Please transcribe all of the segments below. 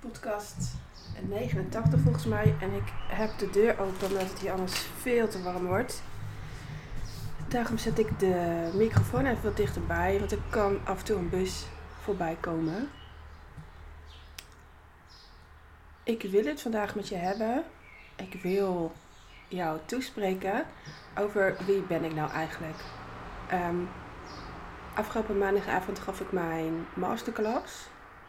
podcast 89 volgens mij. En ik heb de deur open omdat het hier anders veel te warm wordt. Daarom zet ik de microfoon even wat dichterbij, want er kan af en toe een bus voorbij komen. Ik wil het vandaag met je hebben. Ik wil jou toespreken over wie ben ik nou eigenlijk. Afgelopen maandagavond gaf ik mijn masterclass.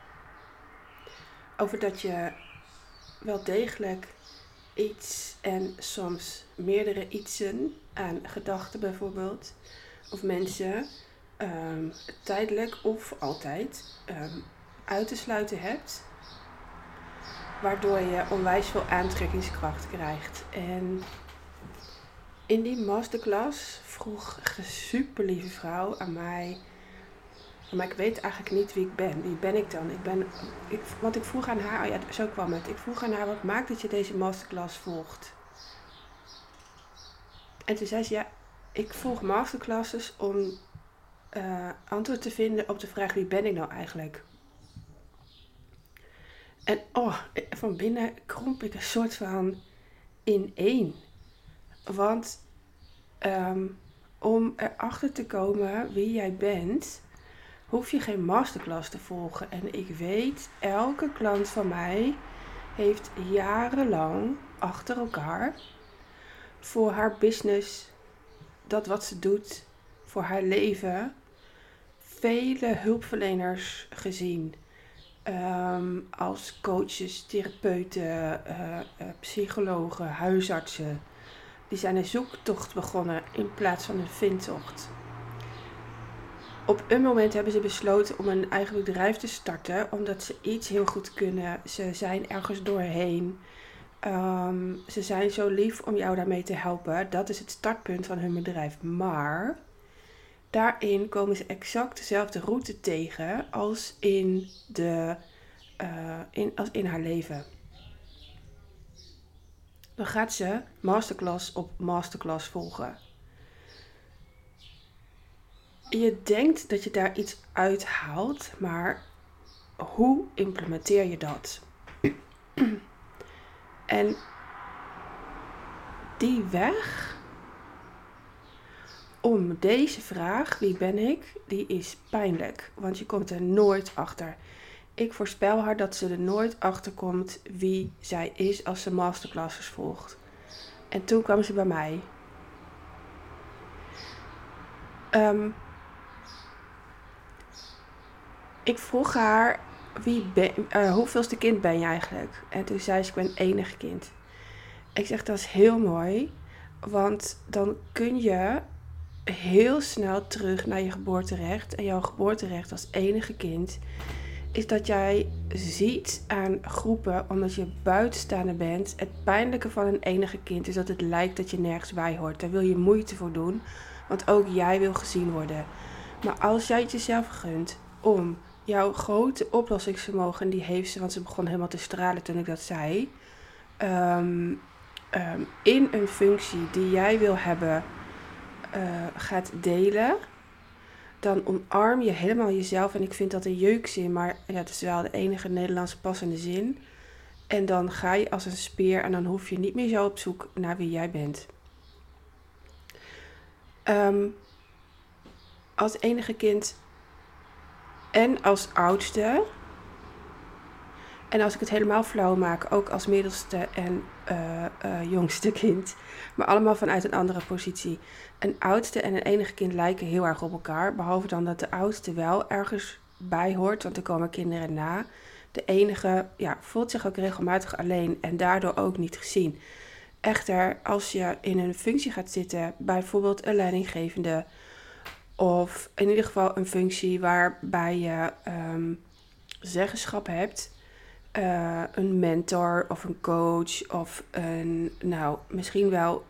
Over dat je wel degelijk iets en soms meerdere ietsen aan gedachten bijvoorbeeld. Of mensen tijdelijk of altijd uit te sluiten hebt. Waardoor je onwijs veel aantrekkingskracht krijgt. En in die masterclass vroeg een super lieve vrouw aan mij. Maar ik weet eigenlijk niet wie ik ben. Wie ben ik dan? Want ik vroeg aan haar, zo kwam het. Ik vroeg aan haar, wat maakt dat je deze masterclass volgt? En toen zei ze, ja, ik volg masterclasses om antwoord te vinden op de vraag, wie ben ik nou eigenlijk? En van binnen kromp ik een soort van ineen. Want om erachter te komen wie jij bent, hoef je geen masterclass te volgen. En ik weet, elke klant van mij heeft jarenlang achter elkaar voor haar business, dat wat ze doet, voor haar leven, vele hulpverleners gezien. Als coaches, therapeuten, psychologen, huisartsen. Die zijn een zoektocht begonnen in plaats van een vindtocht. Op een moment hebben ze besloten om een eigen bedrijf te starten, omdat ze iets heel goed kunnen. Ze zijn ergens doorheen. Ze zijn zo lief om jou daarmee te helpen. Dat is het startpunt van hun bedrijf. Maar daarin komen ze exact dezelfde route tegen als in haar leven. Dan gaat ze masterclass op masterclass volgen. Je denkt dat je daar iets uithaalt, maar hoe implementeer je dat? En die weg om deze vraag, wie ben ik, die is pijnlijk. Want je komt er nooit achter. Ik voorspel haar dat ze er nooit achter komt wie zij is als ze masterclasses volgt. En toen kwam ze bij mij. Ik vroeg haar, hoeveelste kind ben je eigenlijk? En toen zei ze, ik ben enige kind. Ik zeg, dat is heel mooi, want dan kun je heel snel terug naar je geboorterecht. En jouw geboorterecht als enige kind is dat jij ziet aan groepen, omdat je buitenstaander bent. Het pijnlijke van een enige kind is dat het lijkt dat je nergens bij hoort. Daar wil je moeite voor doen, want ook jij wil gezien worden. Maar als jij het jezelf gunt om jouw grote oplossingsvermogen, die heeft ze, want ze begon helemaal te stralen toen ik dat zei, in een functie die jij wil hebben, gaat delen, dan omarm je helemaal jezelf. En ik vind dat een jeukzin, maar ja, het is wel de enige Nederlandse passende zin. En dan ga je als een speer en dan hoef je niet meer zo op zoek naar wie jij bent. Als enige kind en als oudste, en als ik het helemaal flauw maak, ook als middelste en jongste kind, maar allemaal vanuit een andere positie. Een oudste en een enige kind lijken heel erg op elkaar, behalve dan dat de oudste wel ergens bij hoort, want er komen kinderen na. De enige voelt zich ook regelmatig alleen en daardoor ook niet gezien. Echter, als je in een functie gaat zitten, bijvoorbeeld een leidinggevende, of in ieder geval een functie waarbij je zeggenschap hebt, een mentor of een coach of misschien wel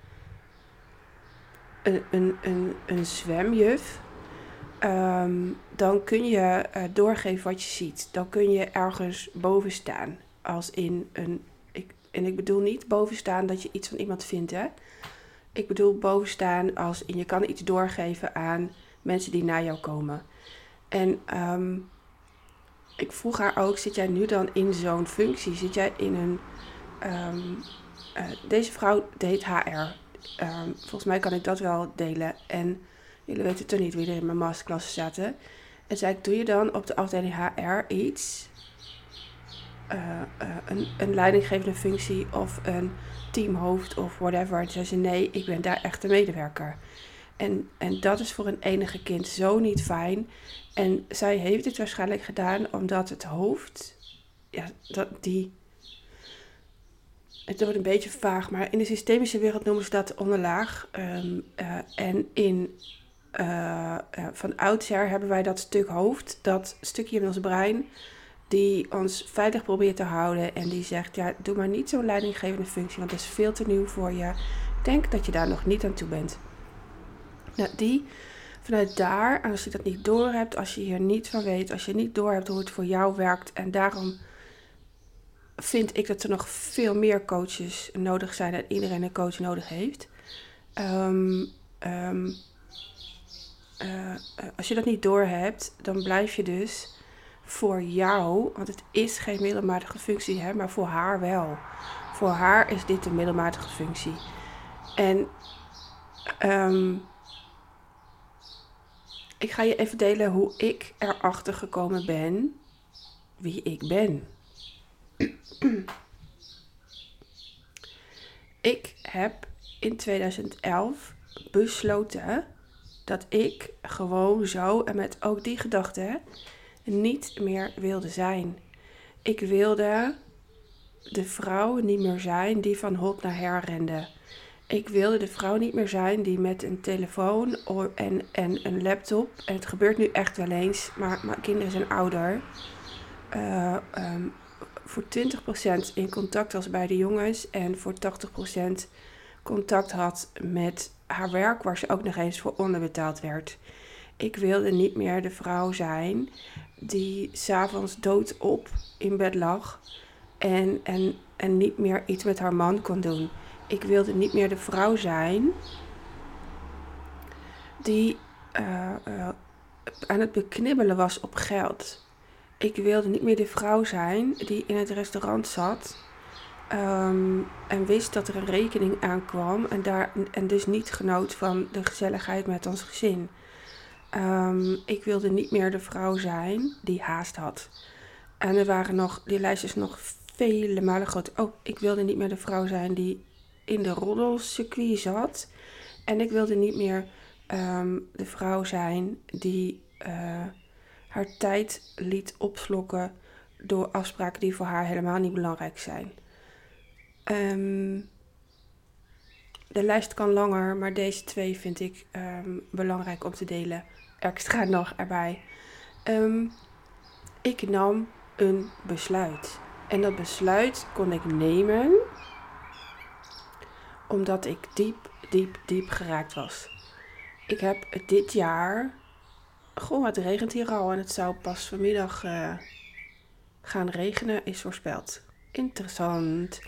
een zwemjuf, dan kun je doorgeven wat je ziet. Dan kun je ergens boven staan. En ik bedoel niet boven staan dat je iets van iemand vindt, hè. Ik bedoel boven staan als in je kan iets doorgeven aan mensen die naar jou komen. En ik vroeg haar ook, zit jij nu dan in zo'n functie? Zit jij in een... deze vrouw deed HR. Volgens mij kan ik dat wel delen. En jullie weten toch niet wie er in mijn masterclass zaten. En zei ik, doe je dan op de afdeling HR iets? Een leidinggevende functie of een teamhoofd of whatever. En toen zei ze, nee, ik ben daar echt een medewerker. En dat is voor een enige kind zo niet fijn. En zij heeft dit waarschijnlijk gedaan omdat het hoofd... Ja, het wordt een beetje vaag, maar in de systemische wereld noemen ze dat onderlaag. En van oudsher hebben wij dat stuk hoofd, dat stukje in ons brein, die ons veilig probeert te houden. En die zegt, ja, doe maar niet zo'n leidinggevende functie, want dat is veel te nieuw voor je. Denk dat je daar nog niet aan toe bent. Nou, vanuit daar, als je dat niet doorhebt, als je hier niet van weet, als je niet doorhebt hoe het voor jou werkt, en daarom vind ik dat er nog veel meer coaches nodig zijn en iedereen een coach nodig heeft. Als je dat niet doorhebt, dan blijf je dus voor jou, want het is geen middelmatige functie, hè, maar voor haar wel. Voor haar is dit een middelmatige functie. En ik ga je even delen hoe ik erachter gekomen ben wie ik ben. Ik heb in 2011 besloten dat ik gewoon zo, en met ook die gedachte, niet meer wilde zijn. Ik wilde de vrouw niet meer zijn die van hot naar her rende. Ik wilde de vrouw niet meer zijn die met een telefoon en een laptop, en het gebeurt nu echt wel eens, maar mijn kinderen zijn ouder, voor 20% in contact was bij de jongens en voor 80% contact had met haar werk, waar ze ook nog eens voor onderbetaald werd. Ik wilde niet meer de vrouw zijn die 's avonds doodop in bed lag en niet meer iets met haar man kon doen. Ik wilde niet meer de vrouw zijn die aan het beknibbelen was op geld. Ik wilde niet meer de vrouw zijn die in het restaurant zat en wist dat er een rekening aankwam en dus niet genoot van de gezelligheid met ons gezin. Ik wilde niet meer de vrouw zijn die haast had. En er waren die lijstjes nog vele malen groter. Oh, ik wilde niet meer de vrouw zijn die in de roddelcircuit zat. En ik wilde niet meer de vrouw zijn die haar tijd liet opslokken door afspraken die voor haar helemaal niet belangrijk zijn. De lijst kan langer, maar deze twee vind ik belangrijk om te delen. Extra nog erbij. Ik nam een besluit. En dat besluit kon ik nemen omdat ik diep geraakt was. Ik heb dit jaar... Goh, het regent hier al en het zou pas vanmiddag gaan regenen, is voorspeld. Interessant.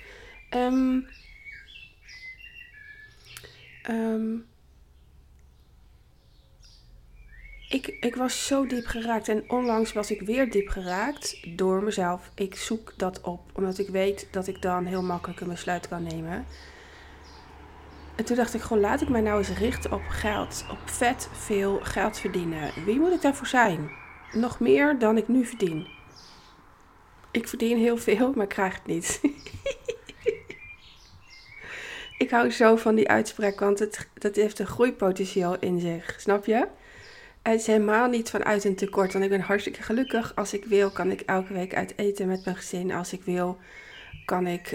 Ik was zo diep geraakt en onlangs was ik weer diep geraakt door mezelf. Ik zoek dat op, omdat ik weet dat ik dan heel makkelijk een besluit kan nemen. En toen dacht ik gewoon, laat ik mij nou eens richten op geld. Op vet veel geld verdienen. Wie moet ik daarvoor zijn? Nog meer dan ik nu verdien. Ik verdien heel veel, maar ik krijg het niet. Ik hou zo van die uitspraak, want dat heeft een groeipotentieel in zich. Snap je? Het is helemaal niet vanuit een tekort, want ik ben hartstikke gelukkig. Als ik wil, kan ik elke week uit eten met mijn gezin. Als ik wil, kan ik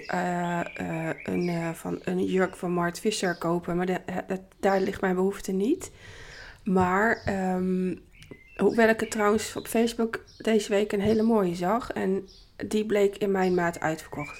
een jurk van Mart Visser kopen. Maar daar ligt mijn behoefte niet. Maar hoewel ik het trouwens op Facebook deze week een hele mooie zag. En die bleek in mijn maat uitverkocht.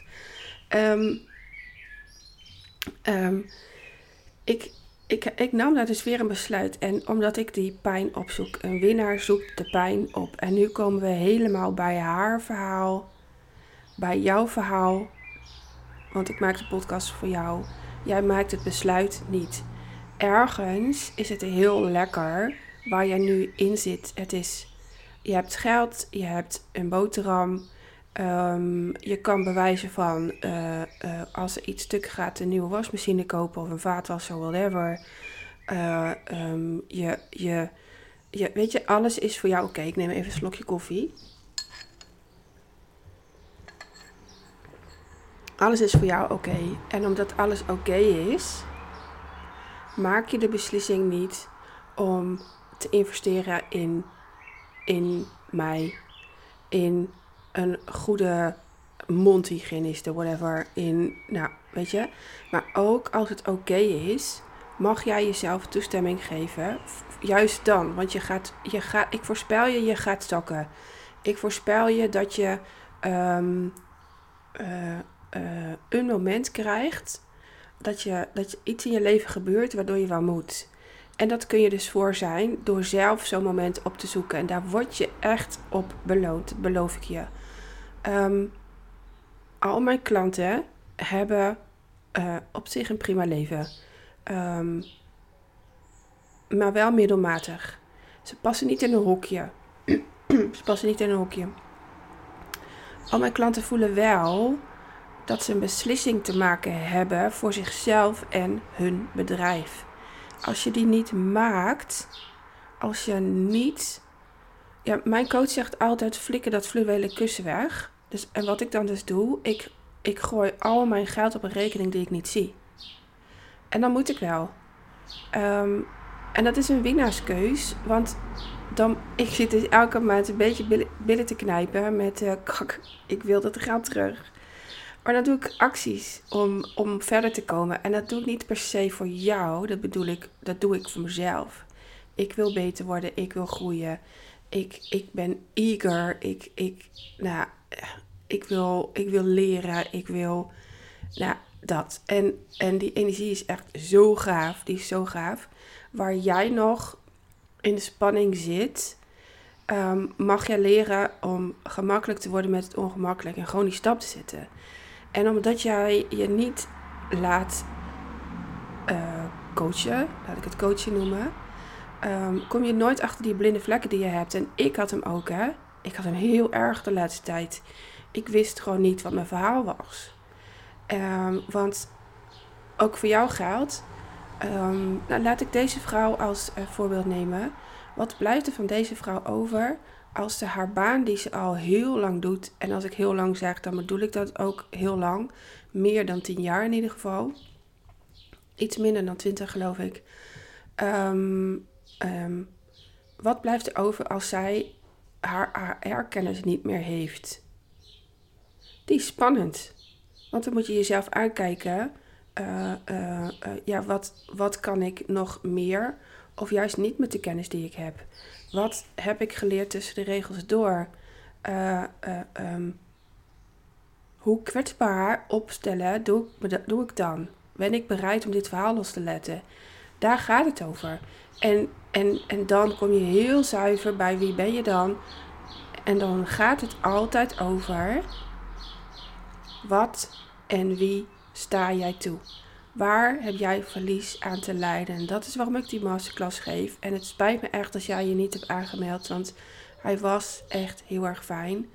Ik nam daar dus weer een besluit. En omdat ik die pijn opzoek. Een winnaar zoekt de pijn op. En nu komen we helemaal bij haar verhaal. Bij jouw verhaal. Want ik maak de podcast voor jou. Jij maakt het besluit niet. Ergens is het heel lekker waar jij nu in zit. Het is je hebt geld, je hebt een boterham. Je kan bewijzen van als er iets stuk gaat, een nieuwe wasmachine kopen of een vaatwasser, whatever. Weet je, alles is voor jou oké. Ik neem even een slokje koffie. Alles is voor jou oké. En omdat alles oké is, maak je de beslissing niet om te investeren in mij, in een goede mondhygiëniste, whatever, weet je. Maar ook als het oké is, mag jij jezelf toestemming geven, juist dan. Want ik voorspel je gaat zakken. Ik voorspel je dat je een moment krijgt dat je iets in je leven gebeurt waardoor je wel moet. En dat kun je dus voor zijn door zelf zo'n moment op te zoeken. En daar word je echt op beloond, dat beloof ik je. Al mijn klanten hebben op zich een prima leven. Maar wel middelmatig. Ze passen niet in een hokje. Al mijn klanten voelen wel dat ze een beslissing te maken hebben voor zichzelf en hun bedrijf. Als je die niet maakt, mijn coach zegt altijd, flikker dat fluwelen kussen weg. Dus, en wat ik dan dus doe, ik gooi al mijn geld op een rekening die ik niet zie. En dan moet ik wel. En dat is een winnaarskeus, want ik zit dus elke maand een beetje billen te knijpen met ik wil dat geld terug. Maar dan doe ik acties om verder te komen. En dat doe ik niet per se voor jou, dat doe ik voor mezelf. Ik wil beter worden, ik wil groeien. Ik ben eager, ik wil leren, dat. En die energie is echt zo gaaf, die is zo gaaf. Waar jij nog in de spanning zit, mag jij leren om gemakkelijk te worden met het ongemakkelijk en gewoon die stap te zetten. En omdat jij je niet laat coachen, laat ik het coachen noemen, kom je nooit achter die blinde vlekken die je hebt. En ik had hem ook, hè. Ik had hem heel erg de laatste tijd. Ik wist gewoon niet wat mijn verhaal was. Want ook voor jou geldt, laat ik deze vrouw als voorbeeld nemen. Wat blijft er van deze vrouw over als ze haar baan die ze al heel lang doet, en als ik heel lang zeg, dan bedoel ik dat ook heel lang, meer dan 10 jaar in ieder geval, iets minder dan 20 geloof ik. Wat blijft er over als zij haar HR-kennis niet meer heeft? Die is spannend. Want dan moet je jezelf aankijken. Wat kan ik nog meer? Of juist niet met de kennis die ik heb? Wat heb ik geleerd tussen de regels door? Hoe kwetsbaar opstellen doe ik dan? Ben ik bereid om dit verhaal los te laten? Daar gaat het over. En dan kom je heel zuiver bij wie ben je dan? En dan gaat het altijd over wat en wie sta jij toe? Waar heb jij verlies aan te lijden? En dat is waarom ik die masterclass geef. En het spijt me echt als jij je niet hebt aangemeld, want hij was echt heel erg fijn.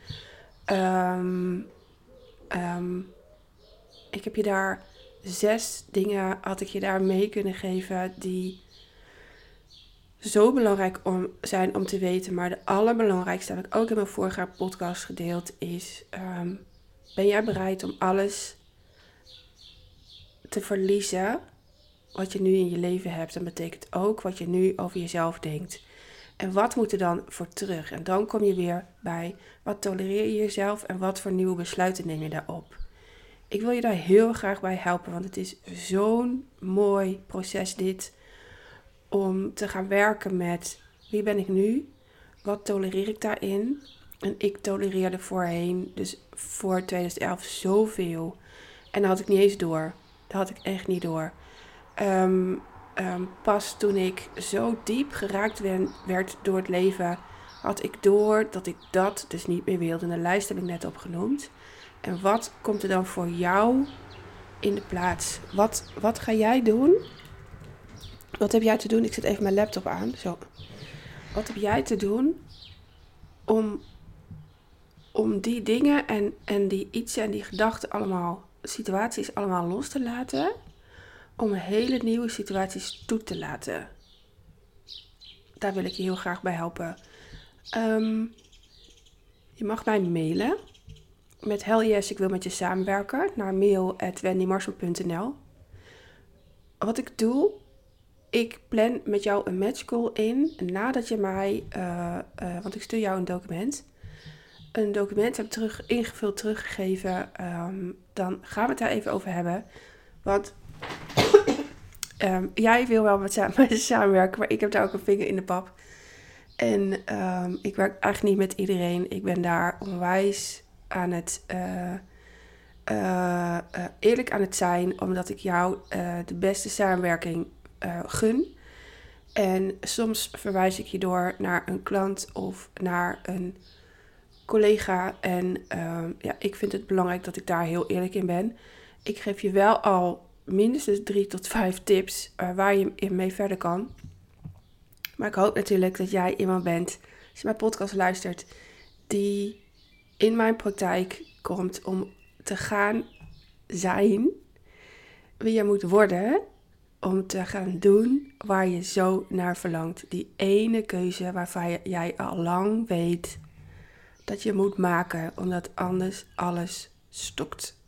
Ik heb je daar 6 dingen had ik je daar mee kunnen geven die zo belangrijk zijn om te weten. Maar de allerbelangrijkste heb ik ook in mijn vorige podcast gedeeld is, ben jij bereid om alles te verliezen wat je nu in je leven hebt? Dat betekent ook wat je nu over jezelf denkt. En wat moet er dan voor terug? En dan kom je weer bij, wat tolereer je jezelf en wat voor nieuwe besluiten neem je daarop? Ik wil je daar heel graag bij helpen, want het is zo'n mooi proces dit, om te gaan werken met wie ben ik nu? Wat tolereer ik daarin? En ik tolereerde voorheen, dus voor 2011, zoveel. En dat had ik niet eens door. Dat had ik echt niet door. Pas toen ik zo diep geraakt werd door het leven, had ik door dat ik dat dus niet meer wilde. En de lijst heb ik net opgenoemd. En wat komt er dan voor jou in de plaats? Wat ga jij doen? Wat heb jij te doen? Ik zet even mijn laptop aan. Zo. Wat heb jij te doen om die dingen en die iets en die gedachten allemaal, situaties allemaal los te laten. Om hele nieuwe situaties toe te laten. Daar wil ik je heel graag bij helpen. Je mag mij mailen met hell yes, ik wil met je samenwerken naar mail@wendymarsel.nl. Wat ik doe, ik plan met jou een matchcall in nadat je mij, want ik stuur jou een document heb ingevuld teruggegeven. Dan gaan we het daar even over hebben. Want jij wil wel met samenwerken, maar ik heb daar ook een vinger in de pap. En ik werk eigenlijk niet met iedereen. Ik ben daar onwijs aan het eerlijk aan het zijn, omdat ik jou de beste samenwerking gun. En soms verwijs ik je door naar een klant of naar een collega. En ik vind het belangrijk dat ik daar heel eerlijk in ben. Ik geef je wel al minstens 3 tot 5 tips waar je mee verder kan. Maar ik hoop natuurlijk dat jij iemand bent, als je mijn podcast luistert, die in mijn praktijk komt om te gaan zijn wie je moet worden, om te gaan doen waar je zo naar verlangt. Die ene keuze waarvan jij al lang weet dat je moet maken, omdat anders alles stokt.